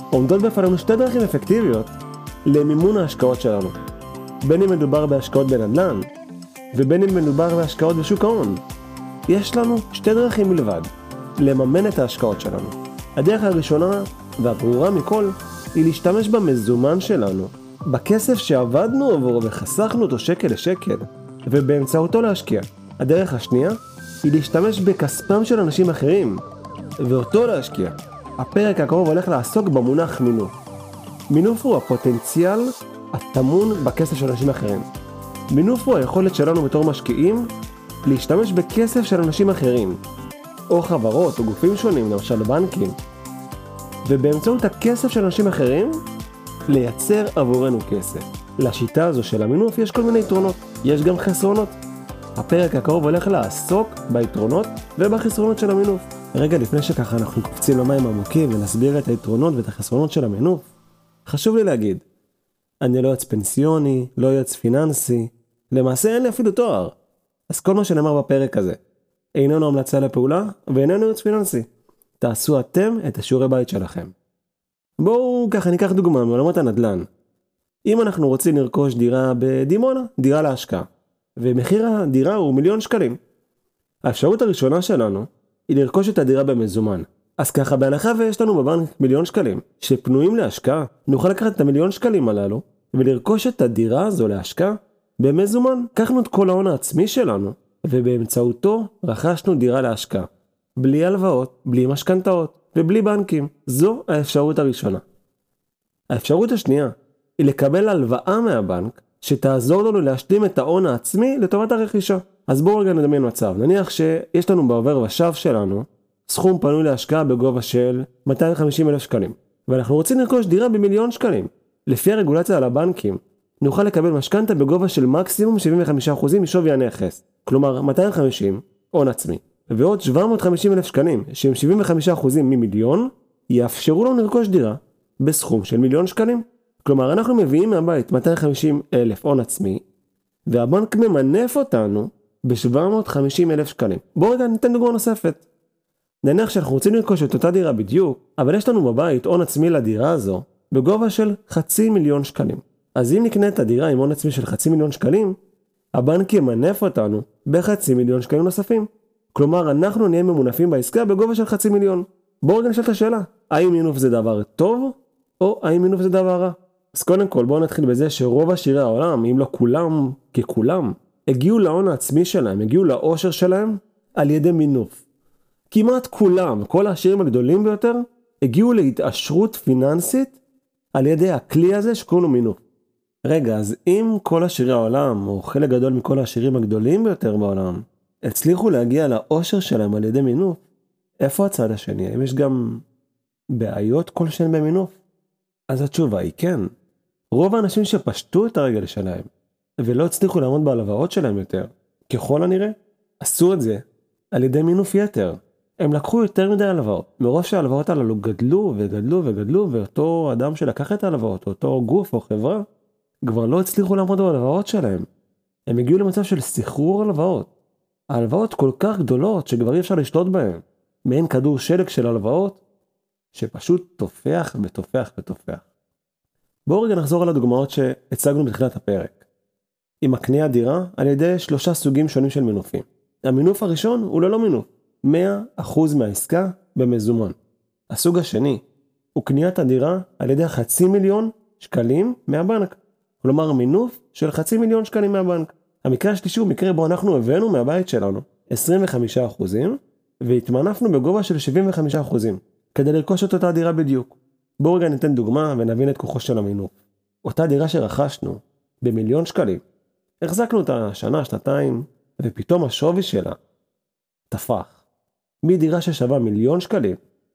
עומדות בפנינו שתי דרכים אפקטיביות למימון ההשקעות שלנו. בין אם מדובר בהשקעות בנדל"ן, ובין אם מדובר בהשקעות בשוק ההון. יש לנו שתי דרכים מלבד לממן את ההשקעות שלנו. הדרך הראשונה והברורה מכל היא להשתמש במזומן שלנו, בכסף שעבדנו עבורו וחסכנו אותו שקל לשקל, ובאמצעותו להשקיע. הדרך השנייה היא להשתמש בכספם של אנשים אחרים, ואותו להשקיע. הפרק הקרוב הולך לעסוק במונח מינוף. מינוף הוא הפוטנציאל הטמון בכסף של אנשים אחרים. מינוף הוא היכולת שלנו בתור משקיעים להשתמש בכסף של אנשים אחרים, או חברות או גופים שונים, למשל בנקים, ובאמצעות הכסף של אנשים אחרים לייצר עבורנו כסף. לשיטה הזו של המינוף יש כל מיני יתרונות, יש גם חסרונות. הפרק הקרוב הולך לעסוק ביתרונות ובחסרונות של המינוף. רגע לפני שככה אנחנו קופצים למים עמוקים ונסביר את היתרונות ואת החסרונות של המינוף, חשוב לי להגיד, אני לא יועץ פנסיוני, לא יועץ פיננסי, למעשה אין לי אפילו תואר. אז כל מה שנאמר בפרק הזה איננו המלצה לפעולה ואיננו יועץ פיננסי. תעשו אתם את השיעורי בית שלכם. בואו ככה ניקח דוגמה מעולמות הנדל"ן. אם אנחנו רוצים לרכוש דירה בדימונה, דירה להשקעה, ומחיר הדירה הוא 1,000,000 שקלים. האפשרות הראשונה שלנו היא לרכוש את הדירה במזומן. אז ככה בהנחה ויש לנו בבנק 1,000,000 שקלים שפנויים להשקעה, נוכל לקחת את 1,000,000 שקלים הללו ולרכוש את הדירה הזו להשקעה במזומן. קחנו את כל ההון העצמי שלנו ובאמצעותו רכשנו דירה להשקעה. בלי הלוואות, בלי משכנתאות ובלי בנקים. זו האפשרות הראשונה. האפשרות השנייה היא לקבל הלוואה מהבנק שתעזור לנו להשלים את ההון העצמי לטובת הרכישה. אז בואו רגע נדמיין מצב. נניח שיש לנו בעובר ושב שלנו סכום פנוי להשקעה בגובה של 250,000 שקלים. ואנחנו רוצים לרכוש דירה ב1,000,000 שקלים. לפי הרגולציה על הבנקים, נוכל לקבל משכנתה בגובה של מקסימום 75% משווי הנכס. כלומר 250 הון עצמי. ועוד 750,000 שקלים שהם 75% ממיליון יאפשרו לנו לרכוש דירה בסכום של 1,000,000 שקלים. כלומר אנחנו מביאים מהבית 250,000 הון עצמי והבנק ממנף אותנו ב750,000 שקלים. בואו רגע ניתן דוגמה נוספת. נניח שאנחנו רוצים לרכוש את אותה דירה בדיוק, אבל יש לנו בבית הון עצמי לדירה הזו בגובה של 500,000 שקלים. אז אם נקנה את הדירה עם הון עצמי של 500,000 שקלים, הבנק ימנף אותנו ב500,000 שקלים נוספים. כלומר אנחנו נהיה ממונפים בעסקה בגובה של 500,000. בואו רגע נשאל את השאלה, האם מינוף זה דבר טוב או האם מינוף זה דבר רע? אז קודם כל בואו נתחיל בזה שרוב עשירי העולם, אם לא כולם ככולם, הגיעו להון העצמי שלהם, הגיעו לאושר שלהם על ידי מינוף. כמעט כולם, כל העשירים הגדולים ביותר, הגיעו להתעשרות פיננסית על ידי הכלי הזה שקוראים לו מינוף. רגע, אז אם כל עשירי העולם, או חלק גדול מכל העשירים הגדולים ביותר בעולם, הצליחו להגיע לאושר שלהם על ידי מינוף, איפה הצד השני? האם יש גם בעיות כלשהן במינוף? אז התשובה היא כן. רוב האנשים שפשטו את הרגל שלהם, ולא הצליחו לעמוד בהלוואות שלהם יותר, ככל הנראה, עשו את זה על ידי מינוף יתר. הם לקחו יותר מדי הלוואות. מרוב שההלוואות הללו גדלו וגדלו וגדלו, ואותו אדם שלקח את ההלוואות, אותו גוף או חברה, כבר לא הצליחו לעמוד בהלוואות שלהם. הם הגיעו למצב של סחרור הלוואות. ההלוואות כל כך גדולות שכבר אי אפשר לשלוט בהן. מעין כדור שלג של הלוואות, שפשוט תופח ותופח ותופח. בואו רגע נחזור על הדוגמאות שהצגנו בתחילת הפרק. עם הקניית דירה על ידי 3 סוגים שונים של מינופים. המינוף הראשון הוא ללא מינוף. 100% מהעסקה במזומן. הסוג השני הוא קניית הדירה על ידי 500,000 שקלים מהבנק. כלומר מינוף של 500,000 שקלים מהבנק. המקרה השלישי הוא מקרה בו אנחנו הבאנו מהבית שלנו 25% והתמנפנו בגובה של 75% כדי לרכוש את אותה דירה בדיוק. בואו רגע ניתן דוגמה ונבין את כוחו של המינוף. אותה דירה שרכשנו ב1,000,000 שקלים, החזקנו אותה שנה, שנתיים, ופתאום השווי שלה תפח. מדירה ששווה 1,000,000 שקלים,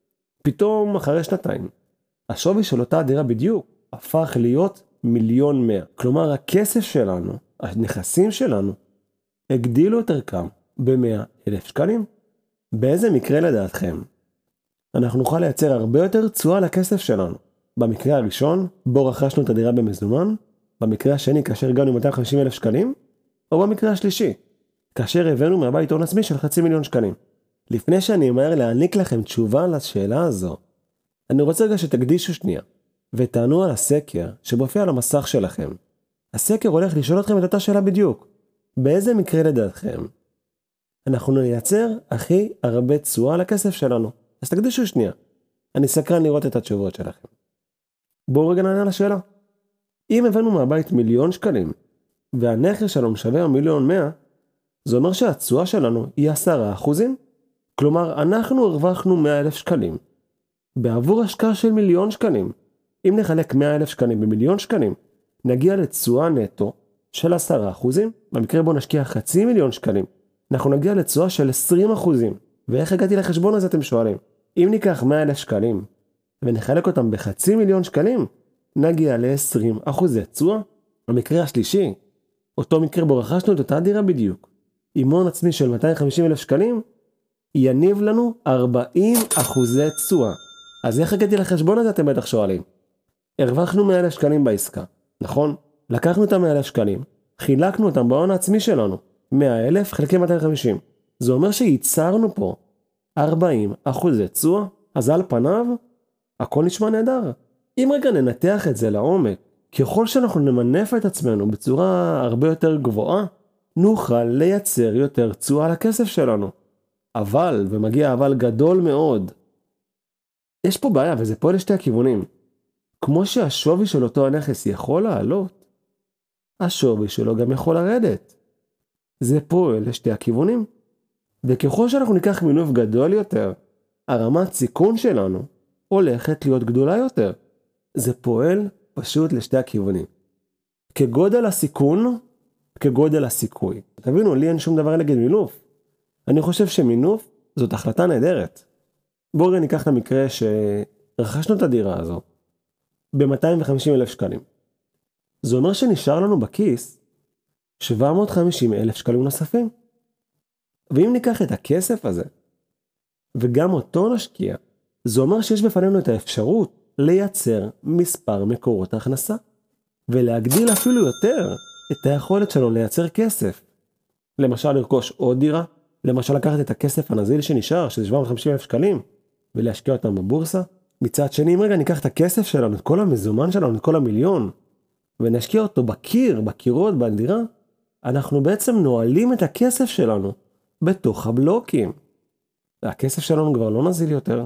פתאום אחרי שנתיים, השווי של אותה דירה בדיוק הפך להיות 1,100,000. כלומר הכסף שלנו, הנכסים שלנו, הגדילו את ערכם ב100,000 שקלים. באיזה מקרה לדעתכם אנחנו נוכל לייצר הרבה יותר תשואה לכסף שלנו? במקרה הראשון, בו רכשנו את הדירה במזומן, במקרה השני כאשר הגענו עם 250,000 שקלים, או במקרה השלישי, כאשר הבאנו מהבית הון עצמי של 500,000 שקלים. לפני שאני אמהר להעניק לכם תשובה לשאלה הזו, אני רוצה רגע שתקדישו שנייה, ותענו על הסקר שמופיע על המסך שלכם. הסקר הולך לשאול אתכם את אותה שאלה בדיוק. באיזה מקרה לדעתכם אנחנו נייצר הכי הרבה תשואה לכסף שלנו? אז תקדישו שנייה. אני סקרן לראות את התשובות שלכם. בואו רגע נענה על השאלה. אם הבאנו מהבית 1,000,000 שקלים, והנכס שלנו שווה 1,100,000, זה אומר שהתשואה שלנו היא 10%. כלומר, אנחנו הרווחנו 100,000 שקלים. בעבור השקעה של 1,000,000 שקלים, אם נחלק 100,000 שקלים ב1,000,000 שקלים, נגיע לתשואה נטו של 10%. במקרה בו נשקיע 500,000 שקלים, אנחנו נגיע לתשואה של 20%. ואיך הגעתי לחשבון הזה, אתם שואלים? אם ניקח 100,000 שקלים ונחלק אותם ב500,000 שקלים, נגיע ל20% תשואה. המקרה השלישי, אותו מקרה בו רכשנו את אותה דירה בדיוק, עם הון עצמי של 250,000 שקלים, יניב לנו 40% תשואה. אז איך הגעתי לחשבון הזה, אתם בטח שואלים? הרווחנו 100,000 שקלים בעסקה, נכון? לקחנו את 100,000 שקלים, חילקנו אותם בהון העצמי שלנו, 100,000 חלקי 250. זה אומר שייצרנו פה 40% תשואה. אז על פניו, הכל נשמע נהדר. אם רגע ננתח את זה לעומק, ככל שאנחנו נמנף את עצמנו בצורה הרבה יותר גבוהה, נוכל לייצר יותר תשואה לכסף שלנו. אבל, ומגיע אבל גדול מאוד, יש פה בעיה, וזה פועל לשתי הכיוונים. כמו שהשווי של אותו הנכס יכול לעלות, השווי שלו גם יכול לרדת. זה פועל לשתי הכיוונים. וככל שאנחנו ניקח מינוף גדול יותר, הרמת סיכון שלנו הולכת להיות גדולה יותר. זה פועל פשוט לשתי הכיוונים. כגודל הסיכון, כגודל הסיכוי. תבינו, לי אין שום דבר נגד מינוף. אני חושב שמינוף זאת החלטה נהדרת. בואו ניקח את המקרה שרכשנו את הדירה הזו ב-250,000 שקלים. זה אומר שנשאר לנו בכיס 750,000 שקלים נוספים. ואם ניקח את הכסף הזה וגם אותו נשקיע, זה אומר שיש בפנינו את האפשרות לייצר מספר מקורות הכנסה, ולהגדיל אפילו יותר את היכולת שלנו לייצר כסף. למשל לרכוש עוד דירה, למשל לקחת את הכסף הנזיל שנשאר, שזה 750,000 שקלים, ולהשקיע אותם בבורסה. מצד שני, אם רגע ניקח את הכסף שלנו, את כל המזומן שלנו, את כל 1,000,000, ונשקיע אותו בקירות, בדירה, אנחנו בעצם נועלים את הכסף שלנו בתוך הבלוקים. הכסף שלנו כבר לא נזיל יותר.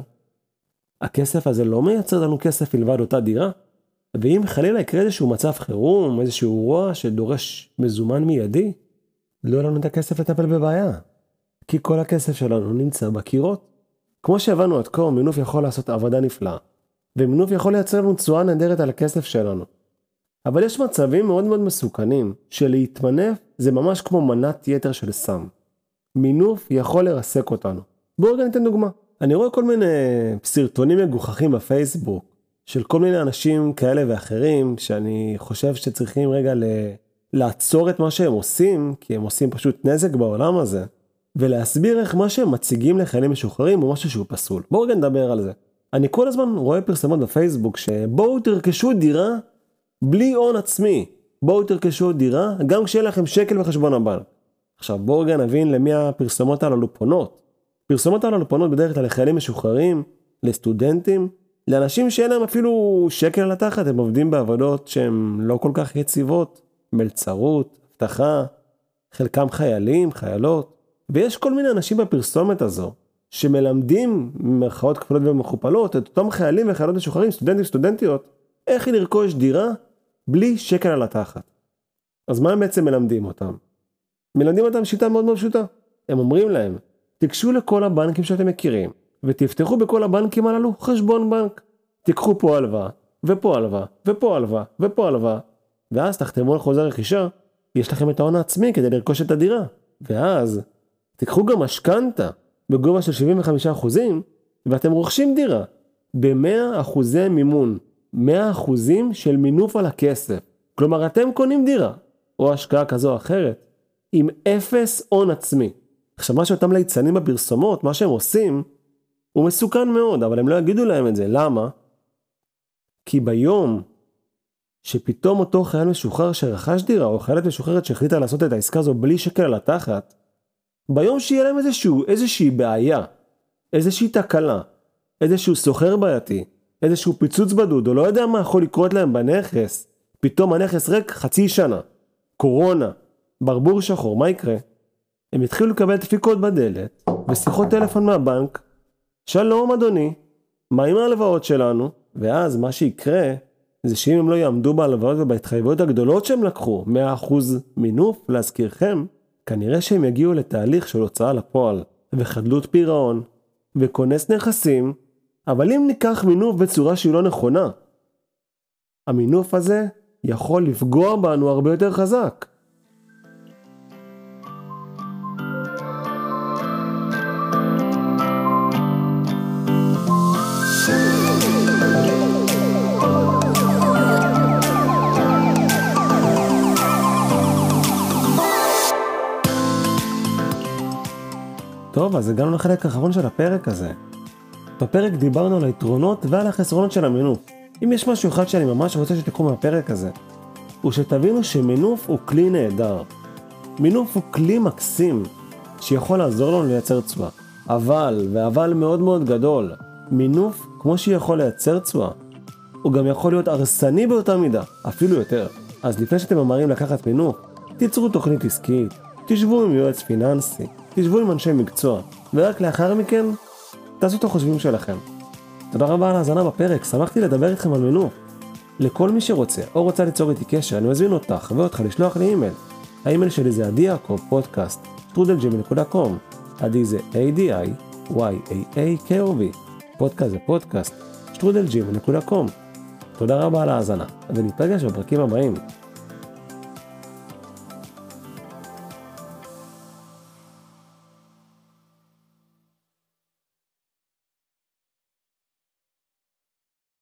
הכסף הזה לא מייצר לנו כסף מלבד אותה דירה. ואם חלילה יקרה איזשהו מצב חירום, איזשהו אירוע שדורש מזומן מיידי, לא יהיה לנו את הכסף לטפל בבעיה. כי כל הכסף שלנו נמצא בקירות. כמו שהבנו עד כה, מינוף יכול לעשות עבודה נפלאה. ומינוף יכול לייצר לנו תשואה נהדרת על הכסף שלנו. אבל יש מצבים מאוד מאוד מסוכנים, שלהתמנף זה ממש כמו מנת יתר של סם. מינוף יכול לרסק אותנו. בואו רגע ניתן דוגמה. אני רואה כל מיני סרטונים מגוחכים בפייסבוק, של כל מיני אנשים כאלה ואחרים, שאני חושב שצריכים רגע לעצור את מה שהם עושים, כי הם עושים פשוט נזק בעולם הזה, ולהסביר איך מה שהם מציגים לחיילים משוחררים הוא משהו שהוא פסול. בואו רגע נדבר על זה. אני כל הזמן רואה פרסמות בפייסבוק שבואו תרכשו דירה בלי הון עצמי. בואו תרכשו דירה גם כשיהיה לכם שקל בחשבון הבנק. עכשיו בואו רגע נבין למי הפרסומות הללו פונות. פרסומות הללו פונות בדרך כלל לחיילים משוחררים, לסטודנטים, לאנשים שאין להם אפילו שקל על התחת, הם עובדים בעבודות שהן לא כל כך יציבות, מלצרות, הבטחה, חלקם חיילים, חיילות. ויש כל מיני אנשים בפרסומת הזו, שמלמדים במרכאות כפולות ומכופלות, את אותם חיילים וחיילות משוחררים, סטודנטים וסטודנטיות, איך לרכוש דירה בלי שקל על התחת. אז מה הם בעצם מלמדים אותם? מלמדים אותם שיטה מאוד מאוד פשוטה. הם אומרים להם, תיגשו לכל הבנקים שאתם מכירים, ותפתחו בכל הבנקים הללו חשבון בנק. תיקחו פה הלוואה, ופה הלוואה, ופה הלוואה, ופה הלוואה. ואז תחתמו על חוזה רכישה, יש לכם את ההון העצמי כדי לרכוש את הדירה. ואז תיקחו גם משכנתה בגובה של 75%, ואתם רוכשים דירה ב100% מימון, 100% של מינוף על הכסף. כלומר, אתם קונים דירה, או השקעה כזו או אחרת, עם 0 הון עצמי. עכשיו, מה שאותם ליצנים בפרסומות, מה שהם עושים, הוא מסוכן מאוד, אבל הם לא יגידו להם את זה. למה? כי ביום שפתאום אותו חייל משוחרר שרכש דירה, או חיילת משוחררת שהחליטה לעשות את העסקה הזו בלי שקל על התחת, ביום שיהיה להם איזושהי בעיה, איזושהי תקלה, איזשהו סוחר בעייתי, איזשהו פיצוץ בדוד, או לא יודע מה יכול לקרות להם בנכס, פתאום הנכס ריק חצי שנה, קורונה, ברבור שחור, מה יקרה? הם התחילו לקבל דפיקות בדלת, ושיחות טלפון מהבנק, שלום אדוני, מה עם ההלוואות שלנו? ואז מה שיקרה, זה שאם הם לא יעמדו בהלוואות ובהתחייבויות הגדולות שהם לקחו, 100% מינוף, להזכירכם, כנראה שהם יגיעו לתהליך של הוצאה לפועל, וחדלות פירעון, וכונס נכסים, אבל אם ניקח מינוף בצורה שהיא לא נכונה, המינוף הזה יכול לפגוע בנו הרבה יותר חזק. טוב, אז הגענו לחלק האחרון של הפרק הזה. בפרק דיברנו על היתרונות ועל החסרונות של המינוף. אם יש משהו אחד שאני ממש רוצה שתקחו מהפרק הזה, הוא שתבינו שמינוף הוא כלי נהדר. מינוף הוא כלי מקסים שיכול לעזור לנו לייצר תשואה. אבל מאוד מאוד גדול, מינוף, כמו שיכול לייצר תשואה, הוא גם יכול להיות הרסני באותה מידה, אפילו יותר. אז לפני שאתם ממהרים לקחת מינוף, תיצרו תוכנית עסקית, תשבו עם יועץ פיננסי, תשבו עם אנשי מקצוע, ורק לאחר מכן, תעשו את החושבים שלכם. תודה רבה על ההאזנה בפרק, שמחתי לדבר איתכם על מינוף. לכל מי שרוצה או רוצה ליצור איתי קשר, אני מזמין אותך ואותך לשלוח לי אימייל. האימייל שלי זה adiakov@gmail.com. עדי זה ADIYAAKOV. פודקאסט זה podcast, @gmail.com. תודה רבה על ההאזנה, וניפגש בפרקים הבאים.